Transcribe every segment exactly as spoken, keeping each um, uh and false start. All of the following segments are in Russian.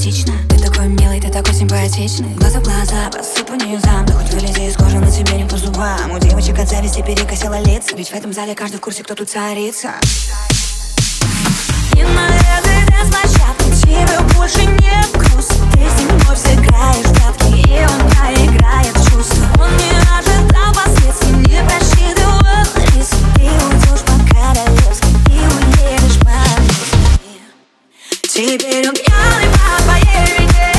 романтично. Ты такой милый, ты такой симпатичный. Глаза в глаза, посыпу низам. Да хоть вылези из кожи, на тебе не по зубам. У девочек от зависти перекосило лица. Ведь в этом зале каждый в курсе, кто тут царица. И на этой танцплощадке тебе больше нет грустно. Ты с ним вновь сыграешь в прятки, и он проиграет чувства. Он не ожидал последствий, не просчитывал риск. Ты уйдешь по-королевски и уедешь по-английски. Теперь он пьяный по твоей вине.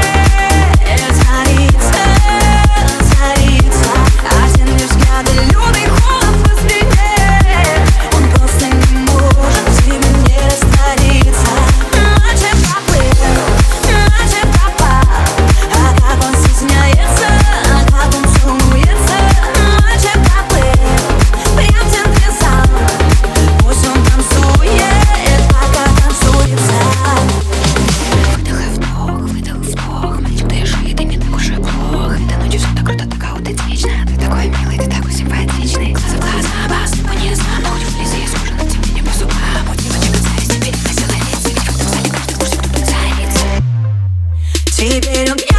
Царица, царица, осенние взгляды, лютый холод по спине. Он просто не может тебе не раствориться. Ночи поплыл, ночи пропал. А как он стесняется, а как он сумуется. Ночи поплыл, прям в центре зала. Пусть он танцует, пока танцуется. Выдох и вдох, выдох, вдох. Мальчик, дыши, ты не так уж и плохо. Эта ночь все так круто, так аутентично. Ты такой милый, ты такой симпатичный. Глаза в глаза, посыпу не знам. Но хоть вблизи из кожи, на тебе не по зубам. У девочек от зависти перекосило лица. Ведь в этом зале каждый в курсе, кто тут царица. Теперь он